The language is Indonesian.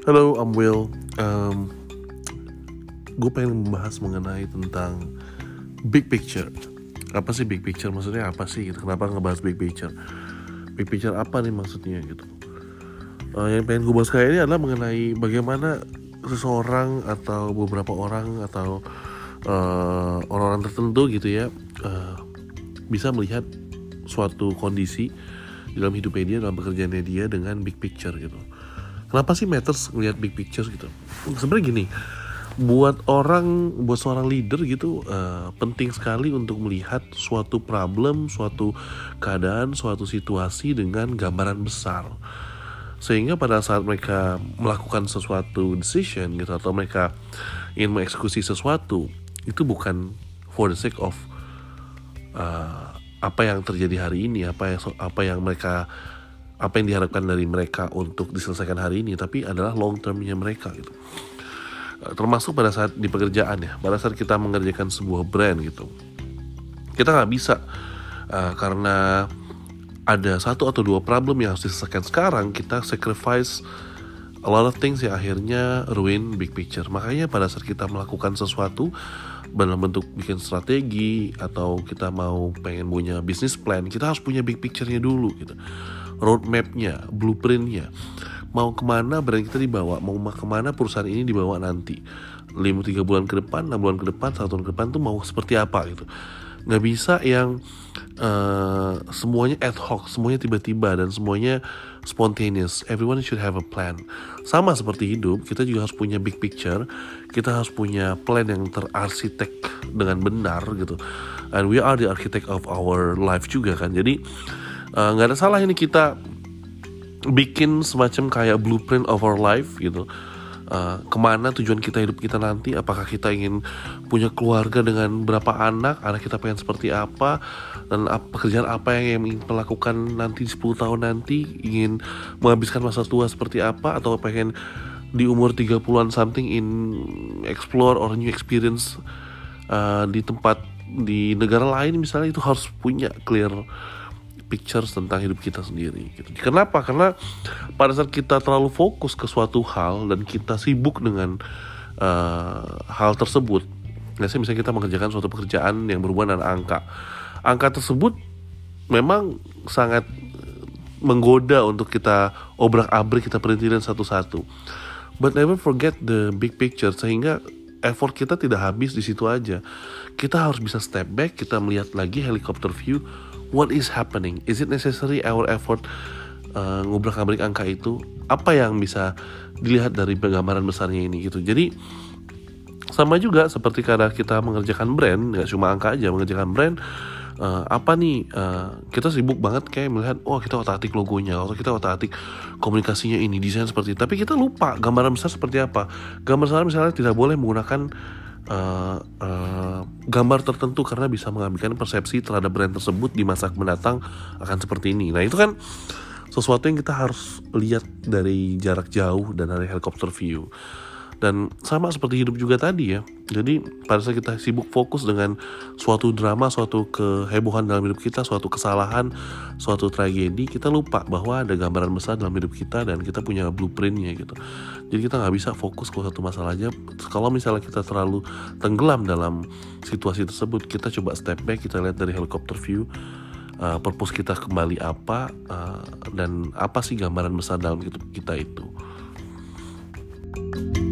Halo, I'm Will. Gue pengen membahas mengenai tentang big picture. Apa sih big picture? Maksudnya apa sih? Gitu? Kenapa ngebahas big picture? Big picture apa nih maksudnya gitu? Yang pengen gue bahas kali ini adalah mengenai bagaimana seseorang atau beberapa orang atau orang-orang tertentu gitu ya bisa melihat suatu kondisi dalam hidupnya dia, dalam pekerjaannya dia dengan big picture gitu. Kenapa sih matters ngelihat big picture gitu? Sebenarnya gini, buat seorang leader gitu penting sekali untuk melihat suatu problem, suatu keadaan, suatu situasi dengan gambaran besar. Sehingga pada saat mereka melakukan sesuatu decision gitu, atau mereka ingin mengeksekusi sesuatu, itu bukan for the sake of apa yang terjadi hari ini, apa yang diharapkan dari mereka untuk diselesaikan hari ini, tapi adalah long termnya mereka gitu. Termasuk pada saat di pekerjaan ya, pada saat kita mengerjakan sebuah brand gitu, kita nggak bisa karena ada satu atau dua problem yang harus diselesaikan sekarang, kita sacrifice a lot of things yang akhirnya ruin big picture. Makanya pada saat kita melakukan sesuatu dalam bentuk bikin strategi atau kita mau pengen punya business plan, kita harus punya big picture-nya dulu gitu, roadmap-nya, blueprint-nya, mau kemana brand kita dibawa, mau kemana perusahaan ini dibawa nanti 3 bulan ke depan, 6 bulan ke depan, 1 tahun ke depan tuh mau seperti apa gitu. Nggak bisa yang semuanya ad hoc, semuanya tiba-tiba dan semuanya spontaneous. Everyone should have a plan. Sama seperti hidup, kita juga harus punya big picture. Kita harus punya plan yang terarsitek dengan benar gitu. And we are the architect of our life juga kan. Jadi nggak ada salah ini kita bikin semacam kayak blueprint of our life gitu. Kemana tujuan kita hidup kita nanti, apakah kita ingin punya keluarga dengan berapa anak kita pengen seperti apa, dan pekerjaan apa yang ingin melakukan nanti 10 tahun nanti, ingin menghabiskan masa tua seperti apa, atau pengen di umur 30-an something in explore or new experience di tempat di negara lain misalnya. Itu harus punya clear pictures tentang hidup kita sendiri gitu. Kenapa? Karena pada saat kita terlalu fokus ke suatu hal dan kita sibuk dengan hal tersebut, misalnya kita mengerjakan suatu pekerjaan yang berhubungan dengan angka tersebut memang sangat menggoda untuk kita obrak-abrik, kita perintilin satu-satu, but never forget the big picture, sehingga effort kita tidak habis di situ aja. Kita harus bisa step back, kita melihat lagi helicopter view. What is happening? Is it necessary our effort ngobrak-abrik angka itu? Apa yang bisa dilihat dari gambaran besarnya ini gitu. Jadi sama juga seperti karena kita mengerjakan brand, nggak cuma angka aja, mengerjakan brand. Kita sibuk banget kayak melihat, kita otak-atik logonya, atau kita otak-atik komunikasinya ini, desain seperti itu. Tapi kita lupa gambaran besar seperti apa. Gambar besar misalnya tidak boleh menggunakan gambar tertentu karena bisa mengambilkan persepsi terhadap brand tersebut di masa mendatang akan seperti ini. Nah itu kan sesuatu yang kita harus lihat dari jarak jauh dan dari helicopter view. Dan sama seperti hidup juga tadi ya. Jadi pada saat kita sibuk fokus dengan suatu drama, suatu kehebohan dalam hidup kita, suatu kesalahan, suatu tragedi, kita lupa bahwa ada gambaran besar dalam hidup kita dan kita punya blueprintnya gitu. Jadi kita gak bisa fokus ke satu masalah aja. Kalau misalnya kita terlalu tenggelam dalam situasi tersebut, kita coba step back, kita lihat dari helicopter view, purpose kita kembali apa, dan apa sih gambaran besar dalam hidup kita itu.